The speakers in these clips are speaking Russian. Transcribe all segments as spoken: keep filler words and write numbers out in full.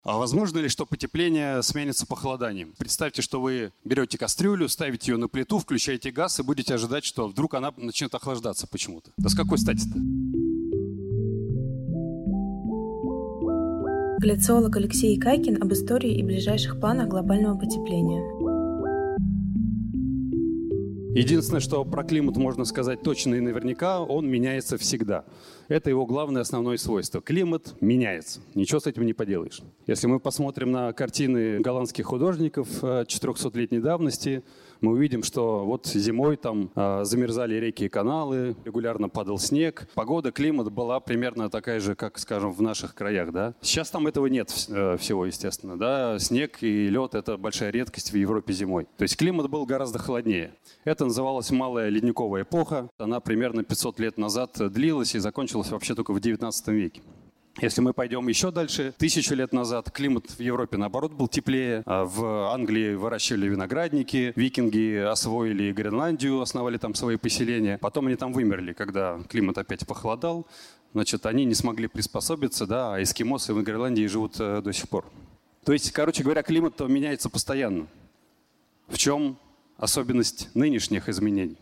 А возможно ли, что потепление сменится похолоданием? Представьте, что вы берете кастрюлю, ставите ее на плиту, включаете газ и будете ожидать, что вдруг она начнет охлаждаться почему-то. Да с какой стати-то? Гляциолог Алексей Икайкин об истории и ближайших планах глобального потепления. Единственное, что про климат можно сказать точно и наверняка, он меняется всегда. Это его главное основное свойство. Климат меняется. Ничего с этим не поделаешь. Если мы посмотрим на картины голландских художников четырехсотлетней давности, мы увидим, что вот зимой там э, замерзали реки и каналы, регулярно падал снег. Погода, климат была примерно такая же, как, скажем, в наших краях. Да? Сейчас там этого нет э, всего, естественно. Да? Снег и лед – это большая редкость в Европе зимой. То есть климат был гораздо холоднее. Это называлась малая ледниковая эпоха. Она примерно пятьсот лет назад длилась и закончилась вообще только в девятнадцатом веке. Если мы пойдем еще дальше, тысячу лет назад климат в Европе, наоборот, был теплее. В Англии выращивали виноградники, викинги освоили Гренландию, основали там свои поселения. Потом они там вымерли, когда климат опять похолодал. Значит, они не смогли приспособиться, да, а эскимосы в Гренландии живут до сих пор. То есть, короче говоря, климат меняется постоянно. В чем особенность нынешних изменений?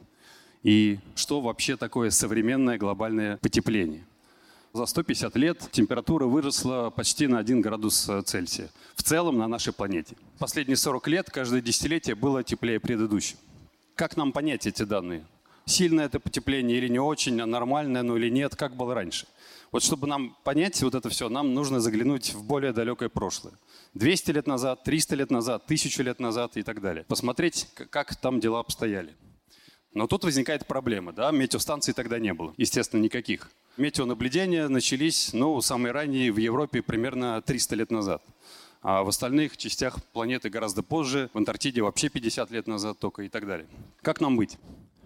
И что вообще такое современное глобальное потепление? За сто пятьдесят лет температура выросла почти на один градус Цельсия. В целом на нашей планете. Последние сорок лет каждое десятилетие было теплее предыдущего. Как нам понять эти данные? Сильное это потепление или не очень, а нормальное оно или нет, как было раньше? Вот чтобы нам понять вот это все, нам нужно заглянуть в более далекое прошлое. двести лет назад, триста лет назад, тысячу лет назад и так далее. Посмотреть, как там дела обстояли. Но тут возникает проблема, да, метеостанций тогда не было, естественно, никаких. Метеонаблюдения начались, ну, самые ранние в Европе примерно триста лет назад. А в остальных частях планеты гораздо позже, в Антарктиде вообще пятьдесят лет назад только и так далее. Как нам быть?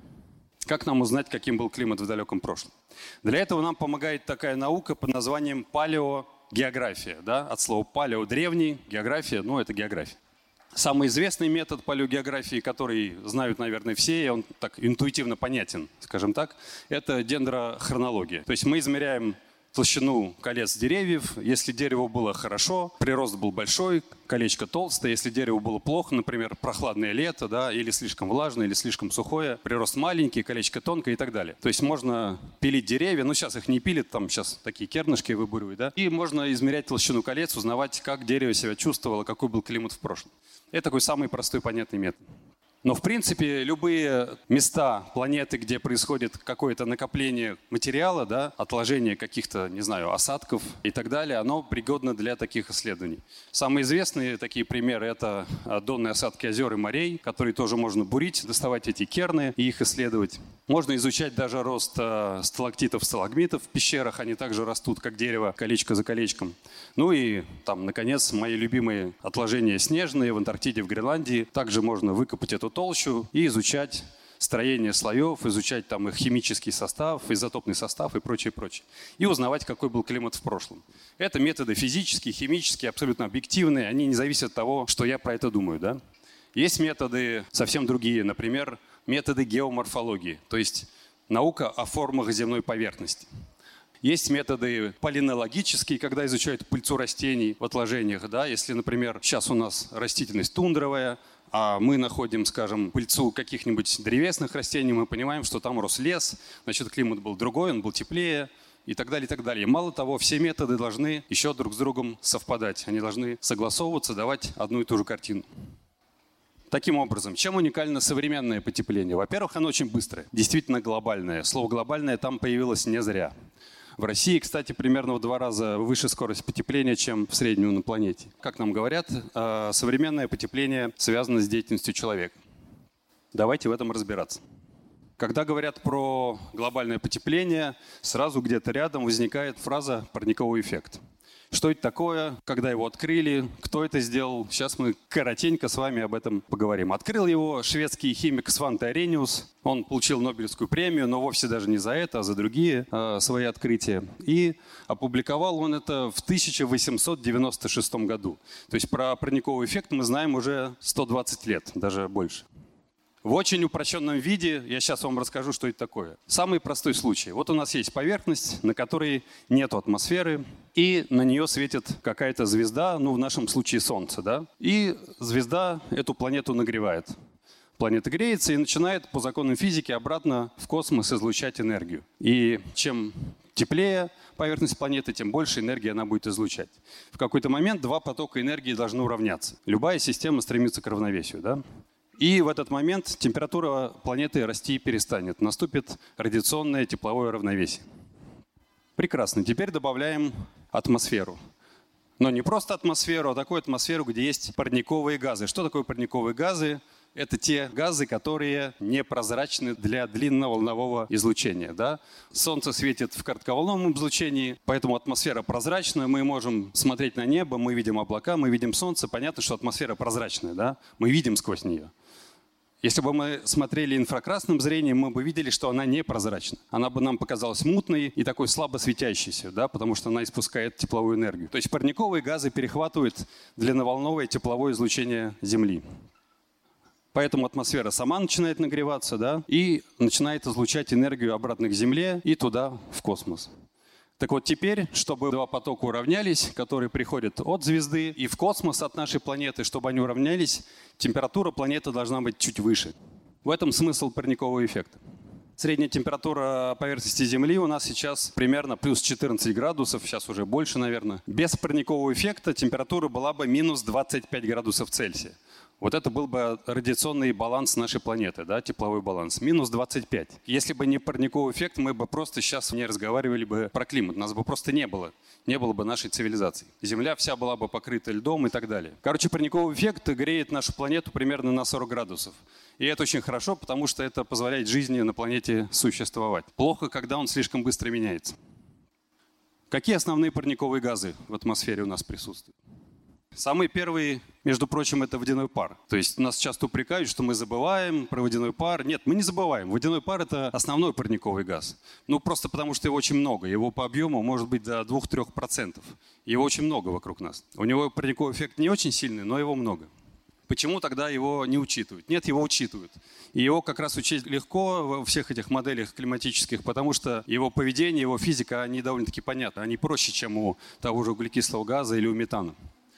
Как нам узнать, каким был климат в далеком прошлом? Для этого нам помогает такая наука под названием палеогеография. Да? От слова палео – древний, география, ну, это география. Самый известный метод палеогеографии, который знают, наверное, все, и он так интуитивно понятен, скажем так, это дендрохронология. То есть мы измеряем толщину колец деревьев. Если дерево было хорошо, прирост был большой, колечко толстое. Если дерево было плохо, например, прохладное лето, да, или слишком влажное, или слишком сухое, прирост маленький, колечко тонкое и так далее. То есть можно пилить деревья, ну сейчас их не пилят, там сейчас такие кернышки выбуривают, да, и можно измерять толщину колец, узнавать, как дерево себя чувствовало, какой был климат в прошлом. Это такой самый простой, понятный метод. Но, в принципе, любые места планеты, где происходит какое-то накопление материала, да, отложение каких-то, не знаю, осадков и так далее, оно пригодно для таких исследований. Самые известные такие примеры – это донные осадки озер и морей, которые тоже можно бурить, доставать эти керны и их исследовать. Можно изучать даже рост сталактитов, сталагмитов в пещерах, они также растут, как дерево, колечко за колечком. Ну и, там, наконец, мои любимые отложения снежные в Антарктиде, в Гренландии. Также можно выкопать эту толщу и изучать строение слоев, изучать там их химический состав, изотопный состав и прочее, прочее. И узнавать, какой был климат в прошлом. Это методы физические, химические, абсолютно объективные. Они не зависят от того, что я про это думаю. Да? Есть методы совсем другие, например, методы геоморфологии, то есть наука о формах земной поверхности. Есть методы полинологические, когда изучают пыльцу растений в отложениях. Да? Если, например, сейчас у нас растительность тундровая, а мы находим, скажем, пыльцу каких-нибудь древесных растений, мы понимаем, что там рос лес, значит, климат был другой, он был теплее и так далее, и так далее. Мало того, все методы должны еще друг с другом совпадать. Они должны согласовываться, давать одну и ту же картину. Таким образом, чем уникально современное потепление? Во-первых, оно очень быстрое, действительно глобальное. Слово «глобальное» там появилось не зря. В России, кстати, примерно в два раза выше скорость потепления, чем в среднем на планете. Как нам говорят, современное потепление связано с деятельностью человека. Давайте в этом разбираться. Когда говорят про глобальное потепление, сразу где-то рядом возникает фраза «парниковый эффект». Что это такое, когда его открыли, кто это сделал? Сейчас мы коротенько с вами об этом поговорим. Открыл его шведский химик Сванте Аррhenius. Он получил Нобелевскую премию, но вовсе даже не за это, а за другие э, свои открытия. И опубликовал он это в тысяча восемьсот девяносто шестом году. То есть про парниковый эффект мы знаем уже сто двадцать лет, даже больше. В очень упрощенном виде я сейчас вам расскажу, что это такое. Самый простой случай. Вот у нас есть поверхность, на которой нет атмосферы, и на нее светит какая-то звезда, ну в нашем случае Солнце, да? И звезда эту планету нагревает. Планета греется и начинает по законам физики обратно в космос излучать энергию. И чем теплее поверхность планеты, тем больше энергии она будет излучать. В какой-то момент два потока энергии должны уравняться. Любая система стремится к равновесию, да? И в этот момент температура планеты расти перестанет. Наступит радиационное тепловое равновесие. Прекрасно. Теперь добавляем атмосферу. Но не просто атмосферу, а такую атмосферу, где есть парниковые газы. Что такое парниковые газы? Это те газы, которые непрозрачны для длинноволнового излучения. Да? Солнце светит в коротковолновом излучении, поэтому атмосфера прозрачная. Мы можем смотреть на небо, мы видим облака, мы видим солнце. Понятно, что атмосфера прозрачная, да? Мы видим сквозь нее. Если бы мы смотрели инфракрасным зрением, мы бы видели, что она непрозрачна. Она бы нам показалась мутной и такой слабо светящейся, да? Потому что она испускает тепловую энергию. То есть парниковые газы перехватывают длинноволновое тепловое излучение Земли. Поэтому атмосфера сама начинает нагреваться, да, и начинает излучать энергию обратно к Земле и туда, в космос. Так вот теперь, чтобы два потока уравнялись, которые приходят от звезды и в космос от нашей планеты, чтобы они уравнялись, температура планеты должна быть чуть выше. В этом смысл парникового эффекта. Средняя температура поверхности Земли у нас сейчас примерно плюс четырнадцать градусов, сейчас уже больше, наверное. Без парникового эффекта температура была бы минус двадцать пять градусов Цельсия. Вот это был бы радиационный баланс нашей планеты, да, тепловой баланс, минус двадцать пять. Если бы не парниковый эффект, мы бы просто сейчас не разговаривали бы про климат, нас бы просто не было, не было бы нашей цивилизации. Земля вся была бы покрыта льдом и так далее. Короче, парниковый эффект греет нашу планету примерно на сорок градусов. И это очень хорошо, потому что это позволяет жизни на планете существовать. Плохо, когда он слишком быстро меняется. Какие основные парниковые газы в атмосфере у нас присутствуют? Самый первый, между прочим, это водяной пар. То есть нас часто упрекают, что мы забываем про водяной пар. Нет, мы не забываем. Водяной пар – это основной парниковый газ. Ну, просто потому что его очень много. Его по объему может быть до двух-трёх процентов. Его очень много вокруг нас. У него парниковый эффект не очень сильный, но его много. Почему тогда его не учитывают? Нет, его учитывают. И его как раз учить легко во всех этих моделях климатических, потому что его поведение, его физика, они довольно-таки понятны. Они проще, чем у того же углекислого газа или у метана.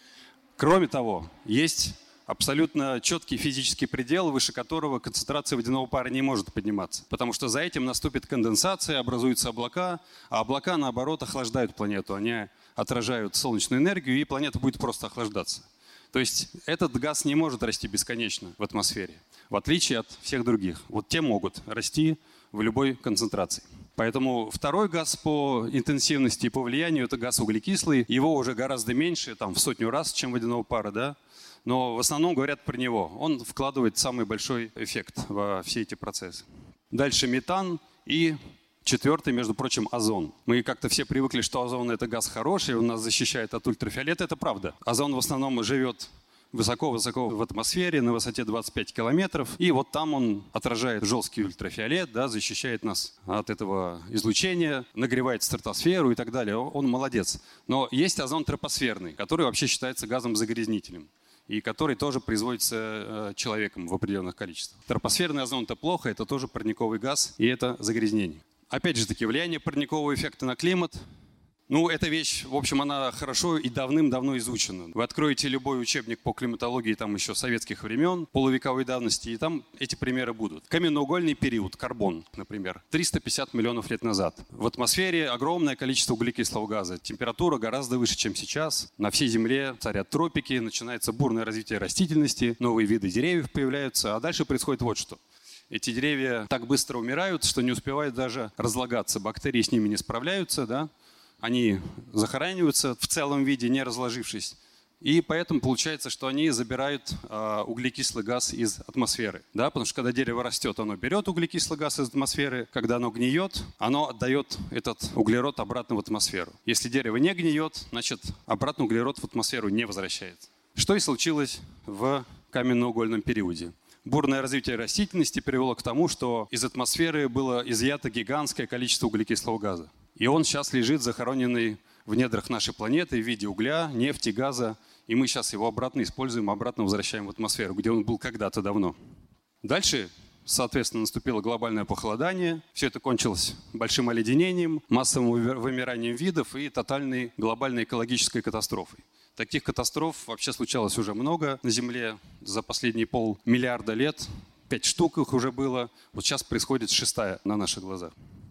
Кроме того, есть абсолютно четкий физический предел, выше которого концентрация водяного пара не может подниматься. Потому что за этим наступит конденсация, образуются облака, а облака, наоборот, охлаждают планету. Они отражают солнечную энергию, и планета будет просто охлаждаться. То есть этот газ не может расти бесконечно в атмосфере, в отличие от всех других. Вот те могут расти в любой концентрации. Поэтому второй газ по интенсивности и по влиянию – это газ углекислый. Его уже гораздо меньше, там, в сотню раз, чем водяного пара, да? Но в основном говорят про него. Он вкладывает самый большой эффект во все эти процессы. Дальше метан и четвертый, между прочим, озон. Мы как-то все привыкли, что озон – это газ хороший, он нас защищает от ультрафиолета. Это правда. Озон в основном живет высоко-высоко в атмосфере, на высоте двадцать пять километров. И вот там он отражает жесткий ультрафиолет, да, защищает нас от этого излучения, нагревает стратосферу и так далее. Он молодец. Но есть озон тропосферный, который вообще считается газом-загрязнителем, и который тоже производится человеком в определенных количествах. Тропосферный озон – это плохо, это тоже парниковый газ, и это загрязнение. Опять же таки, влияние парникового эффекта на климат. Ну, эта вещь, в общем, она хорошо и давным-давно изучена. Вы откроете любой учебник по климатологии там еще советских времен, полувековой давности, и там эти примеры будут. Каменноугольный период, карбон, например, триста пятьдесят миллионов лет назад. В атмосфере огромное количество углекислого газа. Температура гораздо выше, чем сейчас. На всей Земле царят тропики, начинается бурное развитие растительности, новые виды деревьев появляются, а дальше происходит вот что. Эти деревья так быстро умирают, что не успевают даже разлагаться. Бактерии с ними не справляются, да? Они захораниваются в целом виде, не разложившись. И поэтому получается, что они забирают э, углекислый газ из атмосферы. Да? Потому что когда дерево растет, оно берет углекислый газ из атмосферы. Когда оно гниет, оно отдает этот углерод обратно в атмосферу. Если дерево не гниет, значит, обратно углерод в атмосферу не возвращается. Что и случилось в каменноугольном периоде. Бурное развитие растительности привело к тому, что из атмосферы было изъято гигантское количество углекислого газа. И он сейчас лежит захороненный в недрах нашей планеты в виде угля, нефти, газа. И мы сейчас его обратно используем, обратно возвращаем в атмосферу, где он был когда-то давно. Дальше, соответственно, наступило глобальное похолодание. Все это кончилось большим оледенением, массовым вымиранием видов и тотальной глобальной экологической катастрофой. Таких катастроф вообще случалось уже много на Земле за последние полмиллиарда лет. Пять штук их уже было. Вот сейчас происходит шестая на наших глазах.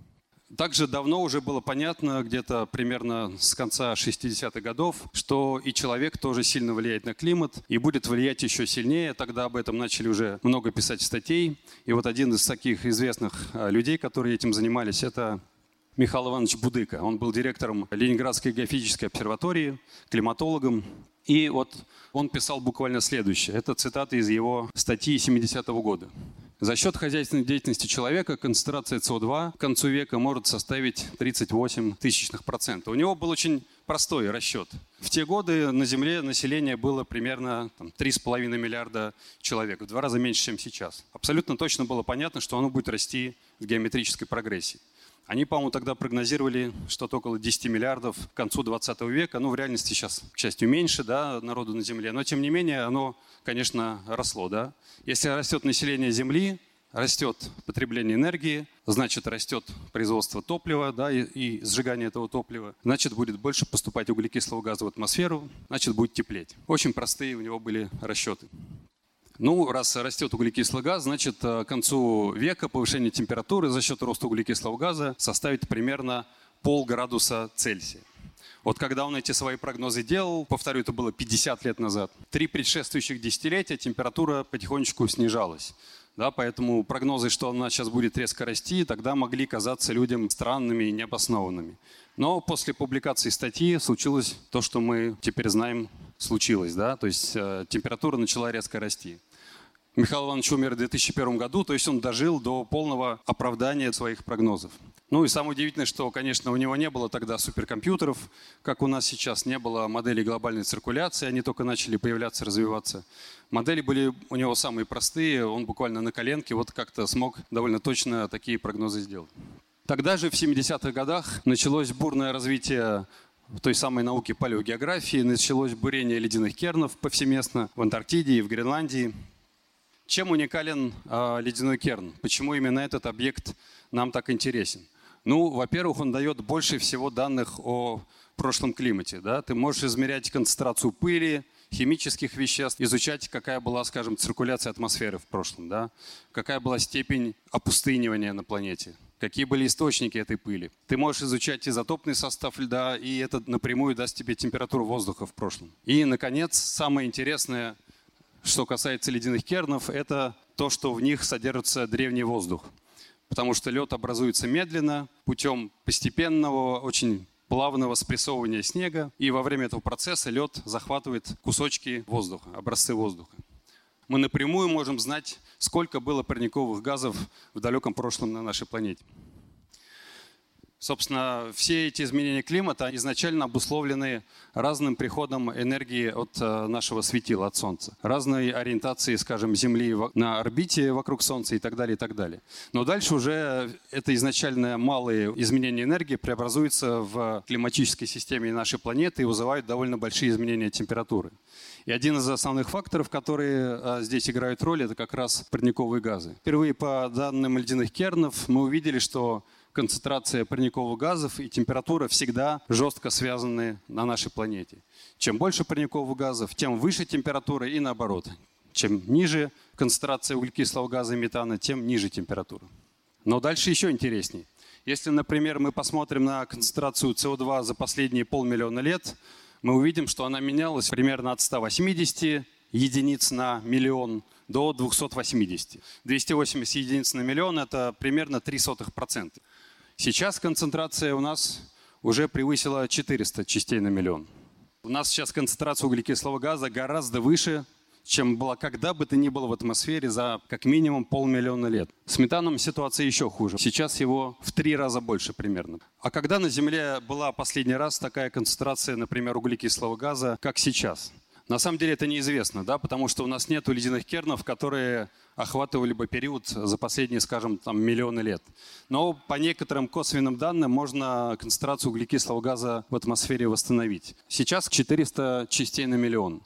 Также давно уже было понятно, где-то примерно с конца шестидесятых годов, что и человек тоже сильно влияет на климат и будет влиять еще сильнее. Тогда об этом начали уже много писать статей. И вот один из таких известных людей, которые этим занимались, это Михаил Иванович Будыко. Он был директором Ленинградской геофизической обсерватории, климатологом. И вот он писал буквально следующее. Это цитата из его статьи семидесятого года. За счет хозяйственной деятельности человека концентрация С О два к концу века может составить тридцать восемь тысячных процента. У него был очень простой расчет. В те годы на Земле население было примерно там, три с половиной миллиарда человек, в два раза меньше, чем сейчас. Абсолютно точно было понятно, что оно будет расти в геометрической прогрессии. Они, по-моему, тогда прогнозировали что-то около десяти миллиардов к концу двадцатого века. Ну, в реальности сейчас, к счастью, меньше, да, народу на Земле. Но, тем не менее, оно, конечно, росло, да. Если растет население Земли, растет потребление энергии, значит, растет производство топлива, да, и, и сжигание этого топлива. Значит, будет больше поступать углекислого газа в атмосферу, значит, будет теплеть. Очень простые у него были расчеты. Ну, раз растет углекислый газ, значит, к концу века повышение температуры за счет роста углекислого газа составит примерно полградуса Цельсия. Вот когда он эти свои прогнозы делал, повторю, это было пятьдесят лет назад, три предшествующих десятилетия температура потихонечку снижалась. Да, поэтому прогнозы, что она сейчас будет резко расти, тогда могли казаться людям странными и необоснованными. Но после публикации статьи случилось то, что мы теперь знаем, случилось. Да? То есть э, температура начала резко расти. Михаил Иванович умер в две тысячи первом году, то есть он дожил до полного оправдания своих прогнозов. Ну и самое удивительное, что, конечно, у него не было тогда суперкомпьютеров, как у нас сейчас, не было моделей глобальной циркуляции, они только начали появляться, развиваться. Модели были у него самые простые, он буквально на коленке вот как-то смог довольно точно такие прогнозы сделать. Тогда же, в семидесятых годах, началось бурное развитие той самой науки палеогеографии, началось бурение ледяных кернов повсеместно в Антарктиде и в Гренландии. Чем уникален э, ледяной керн? Почему именно этот объект нам так интересен? Ну, во-первых, он дает больше всего данных о прошлом климате. Да? Ты можешь измерять концентрацию пыли, химических веществ, изучать, какая была, скажем, циркуляция атмосферы в прошлом, да? Какая была степень опустынивания на планете, какие были источники этой пыли. Ты можешь изучать изотопный состав льда, и это напрямую даст тебе температуру воздуха в прошлом. И, наконец, самое интересное, что касается ледяных кернов, это то, что в них содержится древний воздух. Потому что лед образуется медленно, путем постепенного, очень плавного спрессовывания снега. И во время этого процесса лед захватывает кусочки воздуха, образцы воздуха. Мы напрямую можем знать, сколько было парниковых газов в далеком прошлом на нашей планете. Собственно, все эти изменения климата изначально обусловлены разным приходом энергии от нашего светила, от Солнца. Разной ориентации, скажем, Земли на орбите вокруг Солнца и так далее, и так далее. Но дальше уже это изначально малые изменения энергии преобразуются в климатической системе нашей планеты и вызывают довольно большие изменения температуры. И один из основных факторов, которые здесь играют роль, это как раз парниковые газы. Впервые по данным ледяных кернов мы увидели, что концентрация парниковых газов и температура всегда жестко связаны на нашей планете. Чем больше парниковых газов, тем выше температура и наоборот. Чем ниже концентрация углекислого газа и метана, тем ниже температура. Но дальше еще интереснее. Если, например, мы посмотрим на концентрацию С О два за последние полмиллиона лет, мы увидим, что она менялась примерно от ста восьмидесяти единиц на миллион до двухсот восьмидесяти. двести восемьдесят единиц на миллион – это примерно три сотых процента. Сейчас концентрация у нас уже превысила четыреста частей на миллион. У нас сейчас концентрация углекислого газа гораздо выше, чем была когда бы то ни было в атмосфере за как минимум полмиллиона лет. С метаном ситуация еще хуже. Сейчас его в три раза больше примерно. А когда на Земле была последний раз такая концентрация, например, углекислого газа, как сейчас? На самом деле это неизвестно, да, потому что у нас нет ледяных кернов, которые охватывали бы период за последние, скажем, там, миллионы лет. Но по некоторым косвенным данным можно концентрацию углекислого газа в атмосфере восстановить. Сейчас четыреста частей на миллион.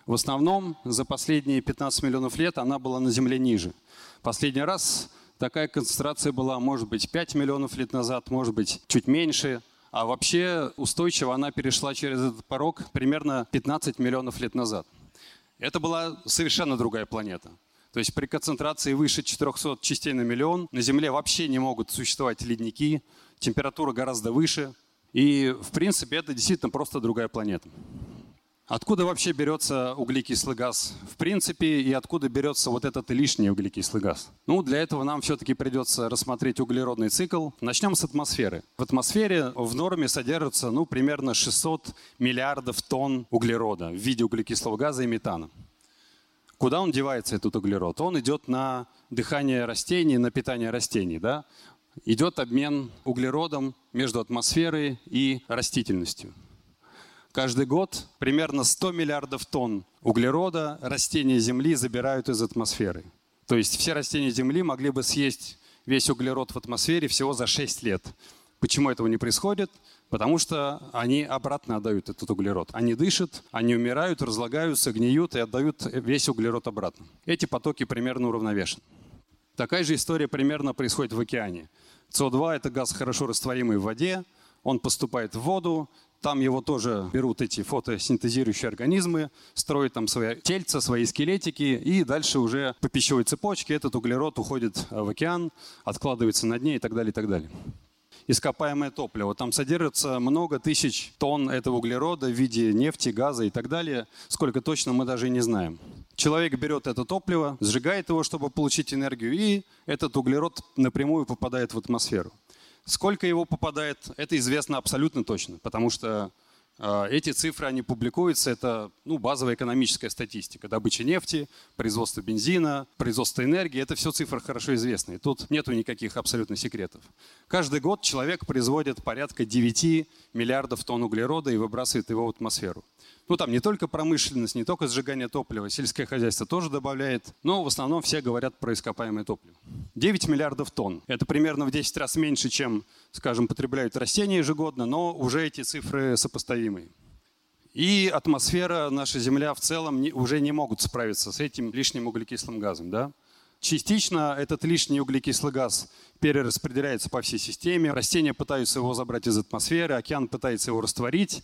В основном за последние пятнадцать миллионов лет она была на Земле ниже. Последний раз такая концентрация была, может быть, пять миллионов лет назад, может быть, чуть меньше. А вообще устойчиво она перешла через этот порог примерно пятнадцать миллионов лет назад. Это была совершенно другая планета. То есть при концентрации выше четырехсот частей на миллион на Земле вообще не могут существовать ледники, температура гораздо выше. И, в принципе, это действительно просто другая планета. Откуда вообще берется углекислый газ в принципе и откуда берется вот этот лишний углекислый газ? Ну, для этого нам все-таки придется рассмотреть углеродный цикл. Начнем с атмосферы. В атмосфере в норме содержится ну, примерно шестьсот миллиардов тонн углерода в виде углекислого газа и метана. Куда он девается, этот углерод? Он идет на дыхание растений, на питание растений. Да? Идет обмен углеродом между атмосферой и растительностью. Каждый год примерно сто миллиардов тонн углерода растения Земли забирают из атмосферы. То есть все растения Земли могли бы съесть весь углерод в атмосфере всего за шесть лет. Почему этого не происходит? Потому что они обратно отдают этот углерод. Они дышат, они умирают, разлагаются, гниют и отдают весь углерод обратно. Эти потоки примерно уравновешены. Такая же история примерно происходит в океане. СО2 – это газ, хорошо растворимый в воде, он поступает в воду. Там его тоже берут эти фотосинтезирующие организмы, строят там свои тельца, свои скелетики, и дальше уже по пищевой цепочке этот углерод уходит в океан, откладывается на дне и так далее, и так далее. Ископаемое топливо. Там содержится много тысяч тонн этого углерода в виде нефти, газа и так далее. Сколько точно, мы даже и не знаем. Человек берет это топливо, сжигает его, чтобы получить энергию, и этот углерод напрямую попадает в атмосферу. Сколько его попадает, это известно абсолютно точно, потому что э, эти цифры, они публикуются, это ну, базовая экономическая статистика. Добыча нефти, производство бензина, производство энергии, это все цифры хорошо известные. Тут нету никаких абсолютно секретов. Каждый год человек производит порядка девяти миллиардов тонн углерода и выбрасывает его в атмосферу. Ну там не только промышленность, не только сжигание топлива, сельское хозяйство тоже добавляет, но в основном все говорят про ископаемое топливо. девять миллиардов тонн. Это примерно в десять раз меньше, чем, скажем, потребляют растения ежегодно, но уже эти цифры сопоставимые. И атмосфера, наша Земля в целом не, уже не могут справиться с этим лишним углекислым газом. Да? Частично этот лишний углекислый газ перераспределяется по всей системе. Растения пытаются его забрать из атмосферы, океан пытается его растворить.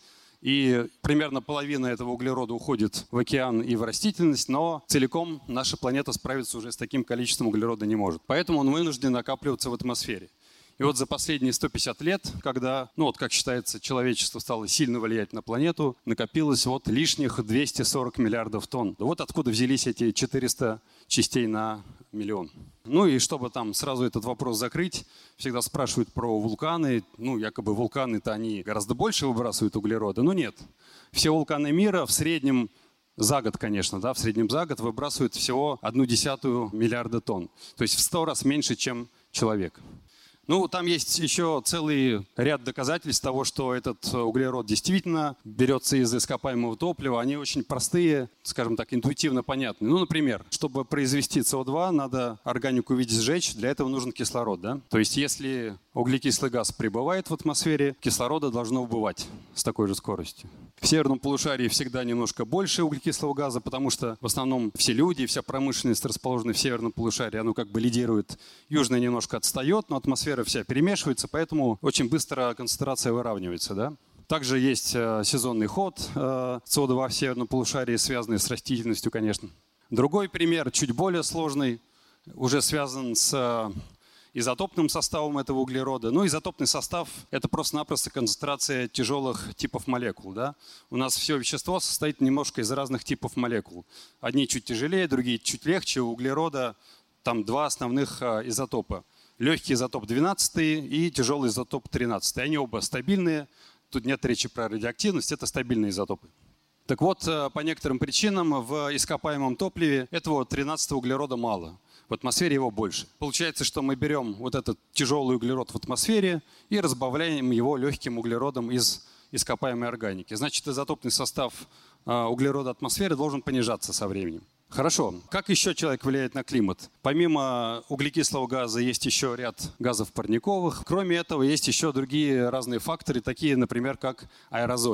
И примерно половина этого углерода уходит в океан и в растительность, но целиком наша планета справиться уже с таким количеством углерода не может. Поэтому он вынужден накапливаться в атмосфере. И вот за последние сто пятьдесят лет, когда, ну вот как считается, человечество стало сильно влиять на планету, накопилось вот лишних двести сорок миллиардов тонн. Вот откуда взялись эти четыреста частей на миллион. Ну и чтобы там сразу этот вопрос закрыть, всегда спрашивают про вулканы. Ну, якобы вулканы-то они гораздо больше выбрасывают углерода. Но нет. Все вулканы мира в среднем за год, конечно, да, в среднем за год выбрасывают всего одну десятую миллиарда тонн. То есть в сто раз меньше, чем человек. Ну, там есть еще целый ряд доказательств того, что этот углерод действительно берется из ископаемого топлива. Они очень простые, скажем так, интуитивно понятные. Ну, например, чтобы произвести С О два, надо органику в виде сжечь, для этого нужен кислород, да? То есть если углекислый газ прибывает в атмосфере, кислорода должно убывать с такой же скоростью. В северном полушарии всегда немножко больше углекислого газа, потому что в основном все люди, вся промышленность расположена в северном полушарии, оно как бы лидирует. Южное немножко отстает, но атмосфера вся перемешивается, поэтому очень быстро концентрация выравнивается. Да? Также есть э, сезонный ход э, С О два в северном полушарии, связанный с растительностью, конечно. Другой пример, чуть более сложный, уже связан с э, изотопным составом этого углерода. Ну, изотопный состав – это просто-напросто концентрация тяжелых типов молекул. Да? У нас все вещество состоит немножко из разных типов молекул. Одни чуть тяжелее, другие чуть легче. У углерода там два основных э, изотопа. Легкий изотоп двенадцатый и тяжелый изотоп тринадцатый. Они оба стабильные. Тут нет речи про радиоактивность, это стабильные изотопы. Так вот, по некоторым причинам в ископаемом топливе этого тринадцатого углерода мало. В атмосфере его больше. Получается, что мы берем вот этот тяжелый углерод в атмосфере и разбавляем его легким углеродом из ископаемой органики. Значит, изотопный состав углерода атмосферы должен понижаться со временем. Хорошо. Как еще человек влияет на климат? Помимо углекислого газа есть еще ряд газов парниковых. Кроме этого, есть еще другие разные факторы, такие, например, как аэрозоль.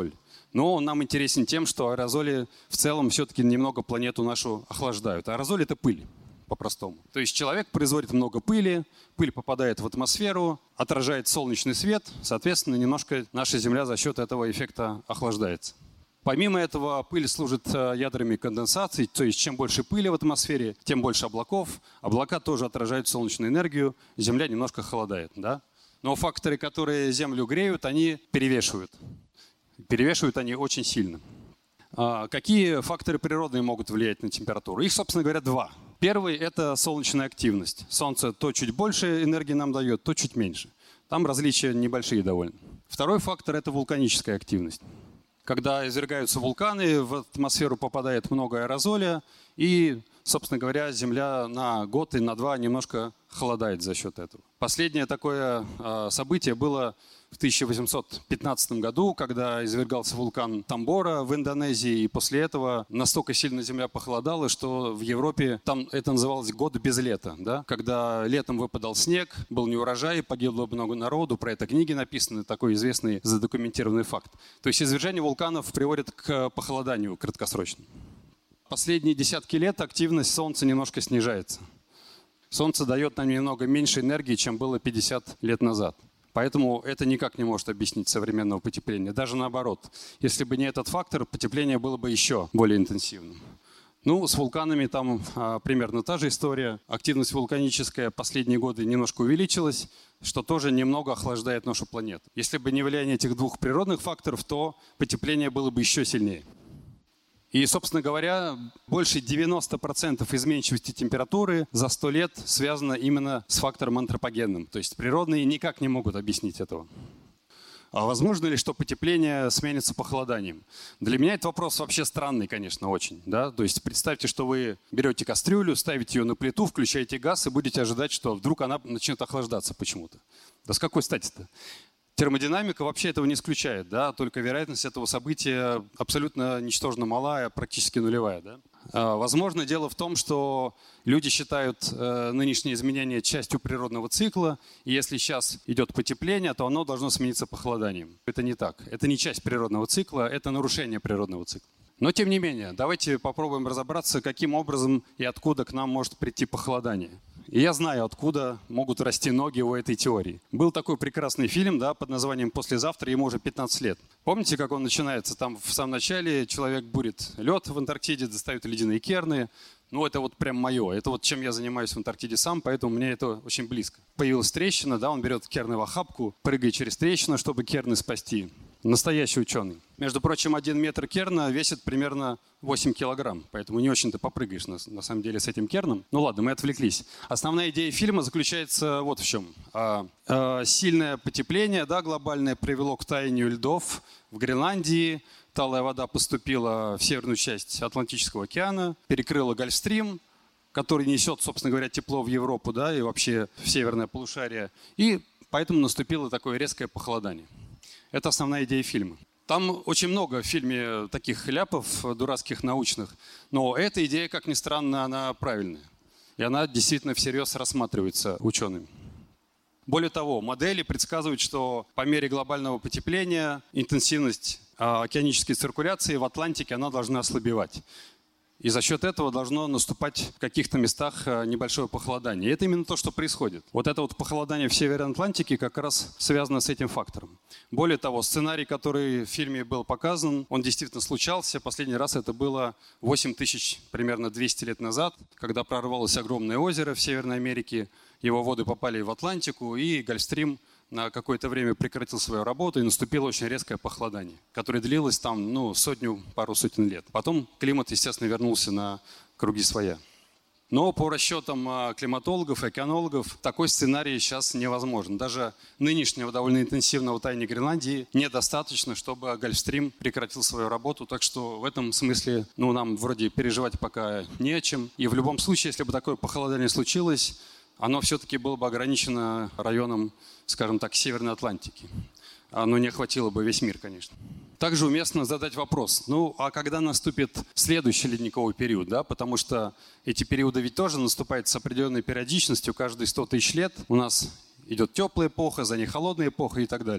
Но он нам интересен тем, что аэрозоли в целом все-таки немного планету нашу охлаждают. Аэрозоль — это пыль, по-простому. То есть человек производит много пыли, пыль попадает в атмосферу, отражает солнечный свет, соответственно, немножко наша Земля за счет этого эффекта охлаждается. Помимо этого, пыль служит ядрами конденсации, то есть чем больше пыли в атмосфере, тем больше облаков. Облака тоже отражают солнечную энергию, Земля немножко холодает, да? Но факторы, которые Землю греют, они перевешивают. Перевешивают они очень сильно. А какие факторы природные могут влиять на температуру? Их, собственно говоря, два. Первый – это солнечная активность. Солнце то чуть больше энергии нам дает, то чуть меньше. Там различия небольшие довольно. Второй фактор – это вулканическая активность. Когда извергаются вулканы, в атмосферу попадает много аэрозоля, и, собственно говоря, Земля на год и на два немножко холодает за счет этого. Последнее такое событие было в тысяча восемьсот пятнадцатом году, когда извергался вулкан Тамбора в Индонезии, и после этого настолько сильно Земля похолодала, что в Европе там это называлось год без лета, да? Когда летом выпадал снег, был неурожай, погибло много народу, про это книги написаны, такой известный задокументированный факт. То есть извержение вулканов приводит к похолоданию краткосрочному. Последние десятки лет активность Солнца немножко снижается. Солнце дает нам немного меньше энергии, чем было пятьдесят лет назад. Поэтому это никак не может объяснить современного потепления. Даже наоборот. Если бы не этот фактор, потепление было бы еще более интенсивным. Ну, с вулканами там а, примерно та же история. Активность вулканическая последние годы немножко увеличилась, что тоже немного охлаждает нашу планету. Если бы не влияние этих двух природных факторов, то потепление было бы еще сильнее. И, собственно говоря, больше девяноста процентов изменчивости температуры за сто лет связано именно с фактором антропогенным. То есть природные никак не могут объяснить этого. А возможно ли, что потепление сменится похолоданием? Для меня этот вопрос вообще странный, конечно, очень. Да? То есть представьте, что вы берете кастрюлю, ставите ее на плиту, включаете газ и будете ожидать, что вдруг она начнет охлаждаться почему-то. Да с какой стати-то? Термодинамика вообще этого не исключает, да? Только вероятность этого события абсолютно ничтожно малая, практически нулевая. Да? А, возможно, дело в том, что люди считают э, нынешние изменения частью природного цикла, и если сейчас идет потепление, то оно должно смениться похолоданием. Это не так. Это не часть природного цикла, это нарушение природного цикла. Но тем не менее, давайте попробуем разобраться, каким образом и откуда к нам может прийти похолодание. И я знаю, откуда могут расти ноги у этой теории. Был такой прекрасный фильм, да, под названием «Послезавтра», ему уже пятнадцать лет. Помните, как он начинается? Там в самом начале человек бурит лед в Антарктиде, достает ледяные керны. Ну, это вот прям мое. Это вот чем я занимаюсь в Антарктиде сам, поэтому мне это очень близко. Появилась трещина, да, он берет керны в охапку, прыгает через трещину, чтобы керны спасти. Настоящий ученый. Между прочим, один метр керна весит примерно восемь килограмм, поэтому не очень-то попрыгаешь на, на самом деле с этим керном. Ну ладно, мы отвлеклись. Основная идея фильма заключается вот в чем. А, а, сильное потепление, да, глобальное, привело к таянию льдов в Гренландии. Талая вода поступила в северную часть Атлантического океана, перекрыла Гольфстрим, который несет, собственно говоря, тепло в Европу, да, и вообще в северное полушарие. И поэтому наступило такое резкое похолодание. Это основная идея фильма. Там очень много в фильме таких ляпов дурацких научных, но эта идея, как ни странно, она правильная. И она действительно всерьез рассматривается учеными. Более того, модели предсказывают, что по мере глобального потепления интенсивность океанической циркуляции в Атлантике она должна ослабевать. И за счет этого должно наступать в каких-то местах небольшое похолодание. И это именно то, что происходит. Вот это вот похолодание в Северной Атлантике как раз связано с этим фактором. Более того, сценарий, который в фильме был показан, он действительно случался. Последний раз это было восемь тысяч, примерно двести лет назад, когда прорвалось огромное озеро в Северной Америке. Его воды попали в Атлантику, и Гольфстрим на какое-то время прекратил свою работу, и наступило очень резкое похолодание, которое длилось там, ну, сотню, пару сотен лет. Потом климат, естественно, вернулся на круги своя. Но по расчетам климатологов и океанологов такой сценарий сейчас невозможен. Даже нынешнего довольно интенсивного таяния Гренландии недостаточно, чтобы Гольфстрим прекратил свою работу. Так что в этом смысле, ну, нам вроде переживать пока не о чем. И в любом случае, если бы такое похолодание случилось, оно все-таки было бы ограничено районом, скажем так, Северной Атлантики. Оно не охватило бы весь мир, конечно. Также уместно задать вопрос, ну а когда наступит следующий ледниковый период, да? Потому что эти периоды ведь тоже наступают с определенной периодичностью, каждые сто тысяч лет у нас идет теплая эпоха, за ней холодная эпоха и так далее.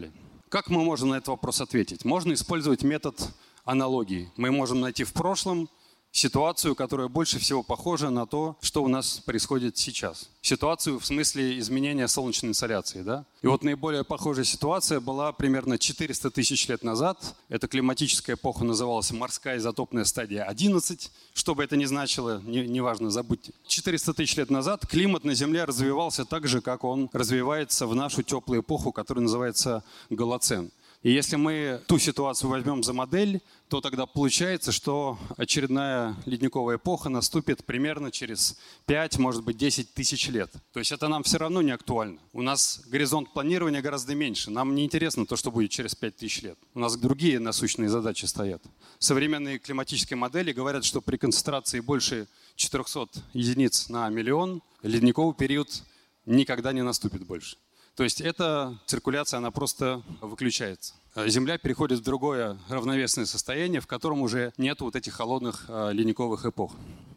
Как мы можем на этот вопрос ответить? Можно использовать метод аналогии. Мы можем найти в прошлом ситуацию, которая больше всего похожа на то, что у нас происходит сейчас. Ситуацию в смысле изменения солнечной инсоляции. Да? И вот наиболее похожая ситуация была примерно четыреста тысяч лет назад. Эта климатическая эпоха называлась морская изотопная стадия одиннадцать. Что бы это ни значило, не, неважно, забудьте. четыреста тысяч лет назад климат на Земле развивался так же, как он развивается в нашу теплую эпоху, которая называется Голоцен. И если мы ту ситуацию возьмем за модель, то тогда получается, что очередная ледниковая эпоха наступит примерно через пять, может быть, десять тысяч лет. То есть это нам все равно не актуально. У нас горизонт планирования гораздо меньше. Нам не интересно то, что будет через пять тысяч лет. У нас другие насущные задачи стоят. Современные климатические модели говорят, что при концентрации больше четырехсот единиц на миллион ледниковый период никогда не наступит больше. То есть эта циркуляция, она просто выключается. Земля переходит в другое равновесное состояние, в котором уже нет вот этих холодных э, ледниковых эпох.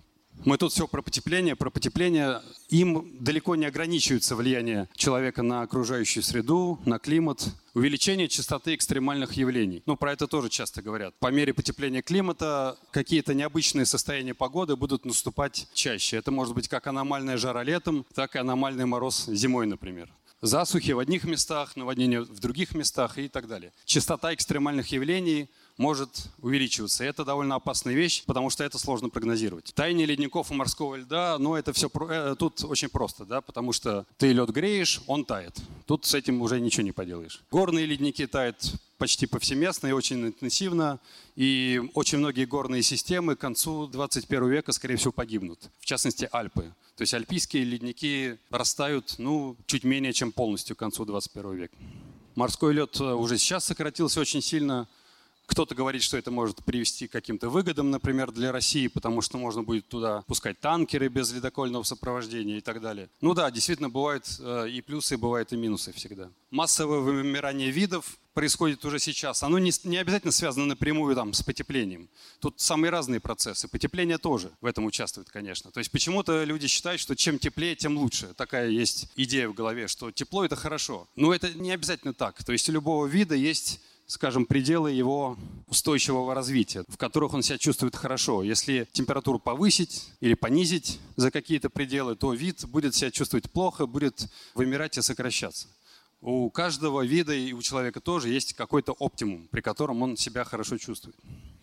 Мы тут все про потепление, про потепление. Им далеко не ограничивается влияние человека на окружающую среду, на климат. Увеличение частоты экстремальных явлений. Ну, про это тоже часто говорят. По мере потепления климата какие-то необычные состояния погоды будут наступать чаще. Это может быть как аномальная жара летом, так и аномальный мороз зимой, например. Засухи в одних местах, наводнения в других местах и так далее. Частота экстремальных явлений может увеличиваться. И это довольно опасная вещь, потому что это сложно прогнозировать. Таяние ледников и морского льда, ну это все э, тут очень просто, да, потому что ты лед греешь, он тает. Тут с этим уже ничего не поделаешь. Горные ледники тают почти повсеместно и очень интенсивно. И очень многие горные системы к концу двадцать первого века, скорее всего, погибнут. В частности, Альпы. То есть альпийские ледники растают, ну, чуть менее, чем полностью к концу двадцать первого века. Морской лед уже сейчас сократился очень сильно. Кто-то говорит, что это может привести к каким-то выгодам, например, для России, потому что можно будет туда пускать танкеры без ледокольного сопровождения и так далее. Ну да, действительно, бывают и плюсы, бывают и минусы всегда. Массовое вымирание видов происходит уже сейчас. Оно не, не обязательно связано напрямую там, с потеплением. Тут самые разные процессы. Потепление тоже в этом участвует, конечно. То есть почему-то люди считают, что чем теплее, тем лучше. Такая есть идея в голове, что тепло – это хорошо. Но это не обязательно так. То есть у любого вида есть, скажем, пределы его устойчивого развития, в которых он себя чувствует хорошо. Если температуру повысить или понизить за какие-то пределы, то вид будет себя чувствовать плохо, будет вымирать и сокращаться. У каждого вида и у человека тоже есть какой-то оптимум, при котором он себя хорошо чувствует.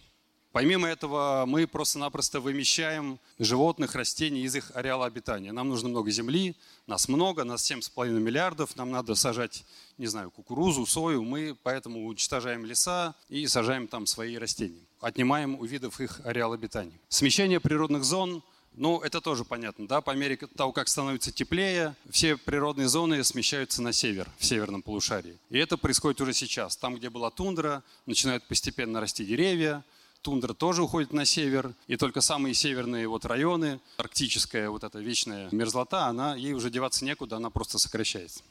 Помимо этого, мы просто-напросто вымещаем животных, растений из их ареала обитания. Нам нужно много земли, нас много, нас семь с половиной миллиардов, нам надо сажать, не знаю, кукурузу, сою. Мы поэтому уничтожаем леса и сажаем там свои растения. Отнимаем у видов их ареал обитания. Смещение природных зон, ну, это тоже понятно, да, по мере того, как становится теплее, все природные зоны смещаются на север, в северном полушарии. И это происходит уже сейчас. Там, где была тундра, начинают постепенно расти деревья. Тундра тоже уходит на север, и только самые северные вот районы, арктическая вот эта вечная мерзлота, она, ей уже деваться некуда, она просто сокращается.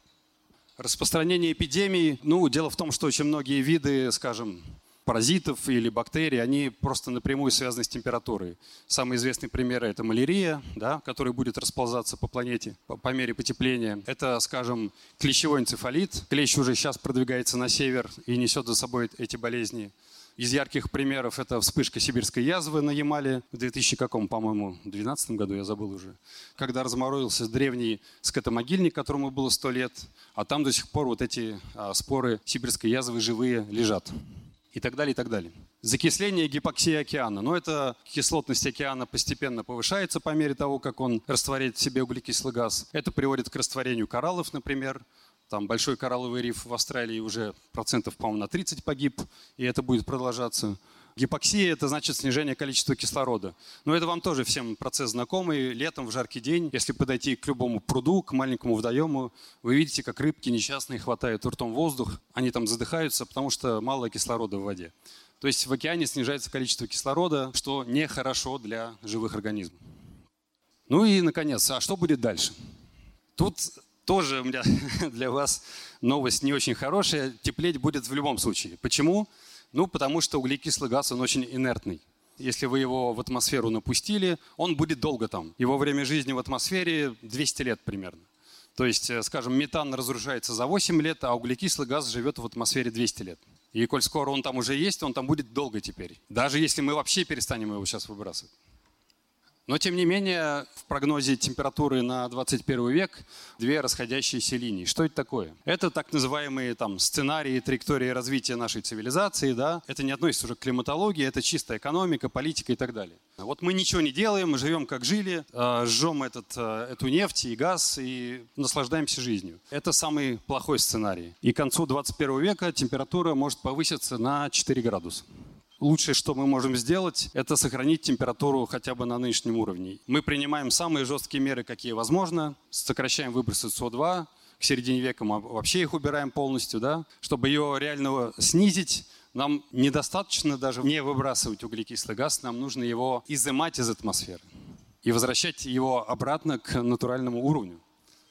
Распространение эпидемий, ну, дело в том, что очень многие виды, скажем, паразитов или бактерий, они просто напрямую связаны с температурой. Самый известный пример – это малярия, да, которая будет расползаться по планете по, по мере потепления. Это, скажем, клещевой энцефалит. Клещ уже сейчас продвигается на север и несет за собой эти болезни. Из ярких примеров это вспышка сибирской язвы на Ямале в две тысячи каком, по-моему, двенадцатом году, я забыл уже. Когда разморозился древний скотомогильник, которому было сто лет, а там до сих пор вот эти а, споры сибирской язвы живые лежат. И так далее, и так далее. Закисление и гипоксия океана. Но это кислотность океана постепенно повышается по мере того, как он растворяет в себе углекислый газ. Это приводит к растворению кораллов, например. Там большой коралловый риф в Австралии уже процентов, по-моему, на тридцать погиб, и это будет продолжаться. Гипоксия – это значит снижение количества кислорода. Но это вам тоже всем процесс знакомый. Летом в жаркий день, если подойти к любому пруду, к маленькому водоему, вы видите, как рыбки несчастные хватают ртом воздух, они там задыхаются, потому что мало кислорода в воде. То есть в океане снижается количество кислорода, что нехорошо для живых организмов. Ну и, наконец, а что будет дальше? Тут тоже у меня для вас новость не очень хорошая. Теплеть будет в любом случае. Почему? Ну, потому что углекислый газ, он очень инертный. Если вы его в атмосферу напустили, он будет долго там. Его время жизни в атмосфере двести лет примерно. То есть, скажем, метан разрушается за восемь лет, а углекислый газ живет в атмосфере двести лет. И коль скоро он там уже есть, он там будет долго теперь. Даже если мы вообще перестанем его сейчас выбрасывать. Но, тем не менее, в прогнозе температуры на двадцать первый век две расходящиеся линии. Что это такое? Это так называемые там, сценарии, траектории развития нашей цивилизации. Да? Это не относится уже к климатологии, это чистая экономика, политика и так далее. Вот мы ничего не делаем, мы живем как жили, жжем этот, эту нефть и газ и наслаждаемся жизнью. Это самый плохой сценарий. И к концу двадцать первого века температура может повыситься на четыре градуса. Лучшее, что мы можем сделать, это сохранить температуру хотя бы на нынешнем уровне. Мы принимаем самые жесткие меры, какие возможно, сокращаем выбросы эс о два, к середине века мы вообще их убираем полностью, да? Чтобы ее реально снизить, нам недостаточно даже не выбрасывать углекислый газ, нам нужно его изымать из атмосферы и возвращать его обратно к натуральному уровню.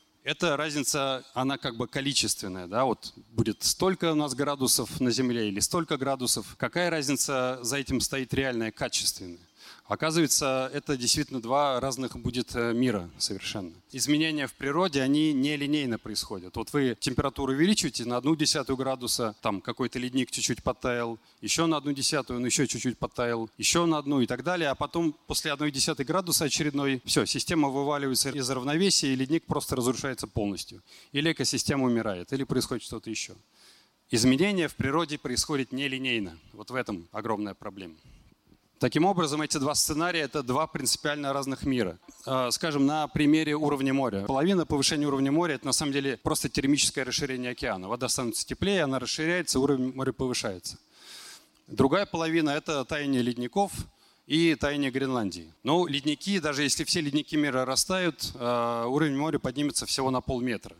Эта разница, она как бы количественная, да, вот будет столько у нас градусов на Земле или столько градусов. Какая разница за этим стоит реальная, качественная? Оказывается, это действительно два разных будет мира совершенно. Изменения в природе, они нелинейно происходят. Вот вы температуру увеличиваете на одну десятую градуса, там какой-то ледник чуть-чуть подтаял, еще на одну десятую, он еще чуть-чуть подтаял, еще на одну и так далее, а потом после одной десятой градуса очередной, все, система вываливается из равновесия, и ледник просто разрушается полностью. Или экосистема умирает, или происходит что-то еще. Изменения в природе происходят нелинейно. Вот в этом огромная проблема. Таким образом, эти два сценария – это два принципиально разных мира. Скажем, на примере уровня моря. Половина повышения уровня моря – это на самом деле просто термическое расширение океана. Вода становится теплее, она расширяется, уровень моря повышается. Другая половина – это таяние ледников и таяние Гренландии. Но ледники, даже если все ледники мира растают, уровень моря поднимется всего на полметра.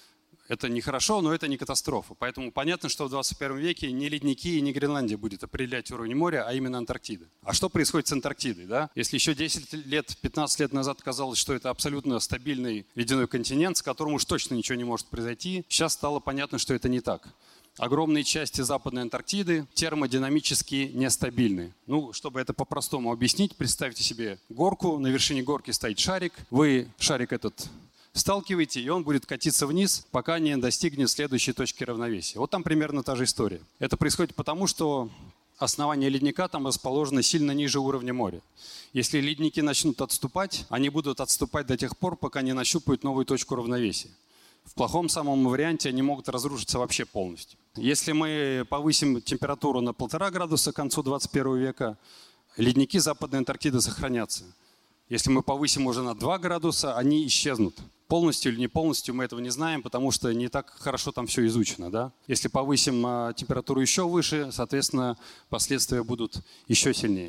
Это нехорошо, но это не катастрофа. Поэтому понятно, что в двадцать первом веке не ледники и не Гренландия будет определять уровень моря, а именно Антарктида. А что происходит с Антарктидой? Да? Если еще десять лет, пятнадцать лет назад казалось, что это абсолютно стабильный ледяной континент, с которым уж точно ничего не может произойти, сейчас стало понятно, что это не так. Огромные части Западной Антарктиды термодинамически нестабильны. Ну, чтобы это по-простому объяснить, представьте себе горку, на вершине горки стоит шарик, вы шарик этот сталкиваете, и он будет катиться вниз, пока не достигнет следующей точки равновесия. Вот там примерно та же история. Это происходит потому, что основание ледника там расположено сильно ниже уровня моря. Если ледники начнут отступать, они будут отступать до тех пор, пока не нащупают новую точку равновесия. В плохом самом варианте они могут разрушиться вообще полностью. Если мы повысим температуру на полтора градуса к концу двадцать первого века, ледники Западной Антарктиды сохранятся. Если мы повысим уже на два градуса, они исчезнут. Полностью или не полностью мы этого не знаем, потому что не так хорошо там все изучено. Да? Если повысим а, температуру еще выше, соответственно, последствия будут еще сильнее.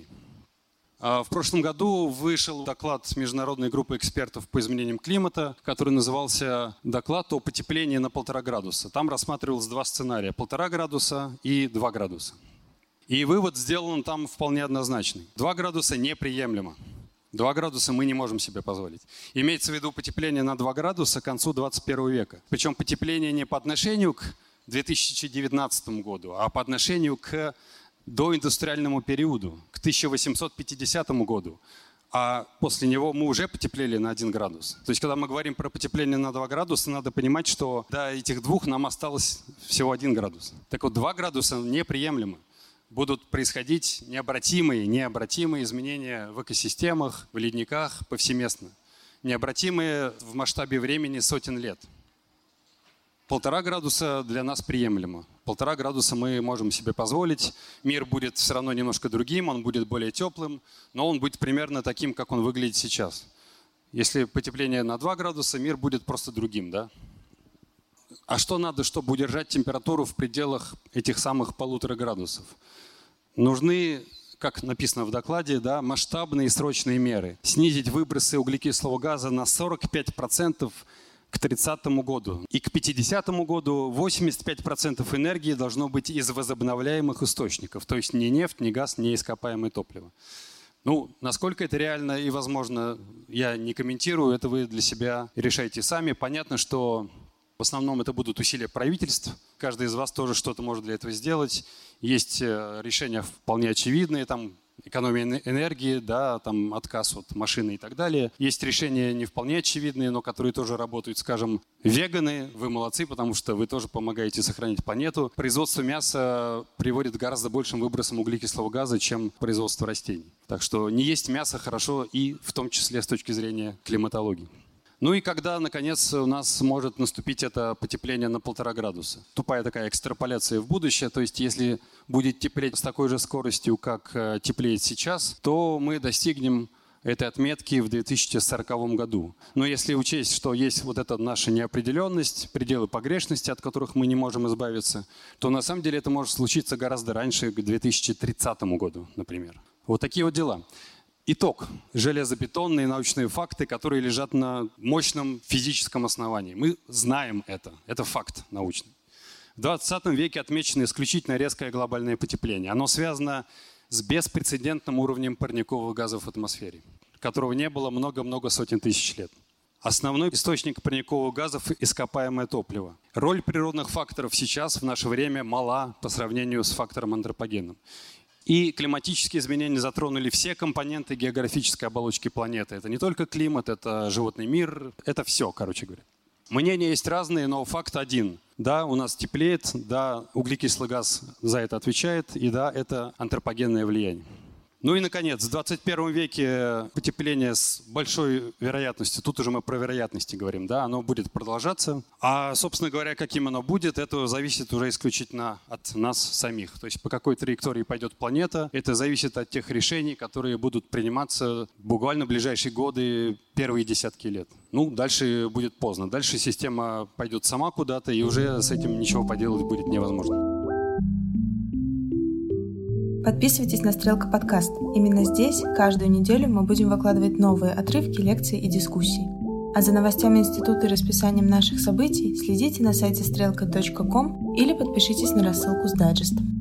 А, в прошлом году вышел доклад международной группы экспертов по изменениям климата, который назывался «Доклад о потеплении на полтора градуса». Там рассматривалось два сценария – полтора градуса и два градуса. И вывод сделан там вполне однозначный. два градуса неприемлемо. два градуса мы не можем себе позволить. Имеется в виду потепление на два градуса к концу двадцать первого века. Причем потепление не по отношению к две тысячи девятнадцатому году, а по отношению к доиндустриальному периоду, к тысяча восемьсот пятидесятому году. А после него мы уже потеплели на один градус. То есть, когда мы говорим про потепление на два градуса, надо понимать, что до этих двух нам осталось всего один градус. Так вот, два градуса неприемлемо. Будут происходить необратимые, необратимые изменения в экосистемах, в ледниках повсеместно. Необратимые в масштабе времени сотен лет. Полтора градуса для нас приемлемо. Полтора градуса мы можем себе позволить. Мир будет все равно немножко другим, он будет более теплым, но он будет примерно таким, как он выглядит сейчас. Если потепление на два градуса, мир будет просто другим, да? А что надо, чтобы удержать температуру в пределах этих самых полутора градусов? Нужны, как написано в докладе, да, масштабные и срочные меры. Снизить выбросы углекислого газа на сорок пять процентов к тридцатому году. И к пятидесятому году восемьдесят пять процентов энергии должно быть из возобновляемых источников. То есть не нефть, не газ, не ископаемое топливо. Ну, насколько это реально и возможно, я не комментирую. Это вы для себя решайте сами. Понятно, что в основном это будут усилия правительств. Каждый из вас тоже что-то может для этого сделать. Есть решения вполне очевидные, там экономия энергии, да, там отказ от машины и так далее. Есть решения не вполне очевидные, но которые тоже работают. Скажем, веганы, вы молодцы, потому что вы тоже помогаете сохранить планету. Производство мяса приводит к гораздо большим выбросам углекислого газа, чем производство растений. Так что не есть мясо хорошо и в том числе с точки зрения климатологии. Ну и когда, наконец, у нас может наступить это потепление на полтора градуса. Тупая такая экстраполяция в будущее. То есть если будет теплеть с такой же скоростью, как теплеет сейчас, то мы достигнем этой отметки в две тысячи сороковом году. Но если учесть, что есть вот эта наша неопределенность, пределы погрешности, от которых мы не можем избавиться, то на самом деле это может случиться гораздо раньше, к две тысячи тридцатому году, например. Вот такие вот дела. Итог. Железобетонные научные факты, которые лежат на мощном физическом основании. Мы знаем это. Это факт научный. В двадцатом веке отмечено исключительно резкое глобальное потепление. Оно связано с беспрецедентным уровнем парниковых газов в атмосфере, которого не было много-много сотен тысяч лет. Основной источник парниковых газов – ископаемое топливо. Роль природных факторов сейчас, в наше время, мала по сравнению с фактором антропогенным. И климатические изменения затронули все компоненты географической оболочки планеты. Это не только климат, это животный мир, это все, короче говоря. Мнения есть разные, но факт один. Да, у нас теплеет, да, углекислый газ за это отвечает, и да, это антропогенное влияние. Ну и, наконец, в двадцать первом веке потепление с большой вероятностью, тут уже мы про вероятности говорим, да, оно будет продолжаться. А, собственно говоря, каким оно будет, это зависит уже исключительно от нас самих. То есть по какой траектории пойдет планета, это зависит от тех решений, которые будут приниматься буквально в ближайшие годы, первые десятки лет. Ну, дальше будет поздно. Дальше система пойдет сама куда-то, и уже с этим ничего поделать будет невозможно. Подписывайтесь на Стрелка подкаст. Именно здесь каждую неделю мы будем выкладывать новые отрывки, лекций и дискуссий. А за новостями института и расписанием наших событий следите на сайте стрелка точка ком или подпишитесь на рассылку с дайджестом.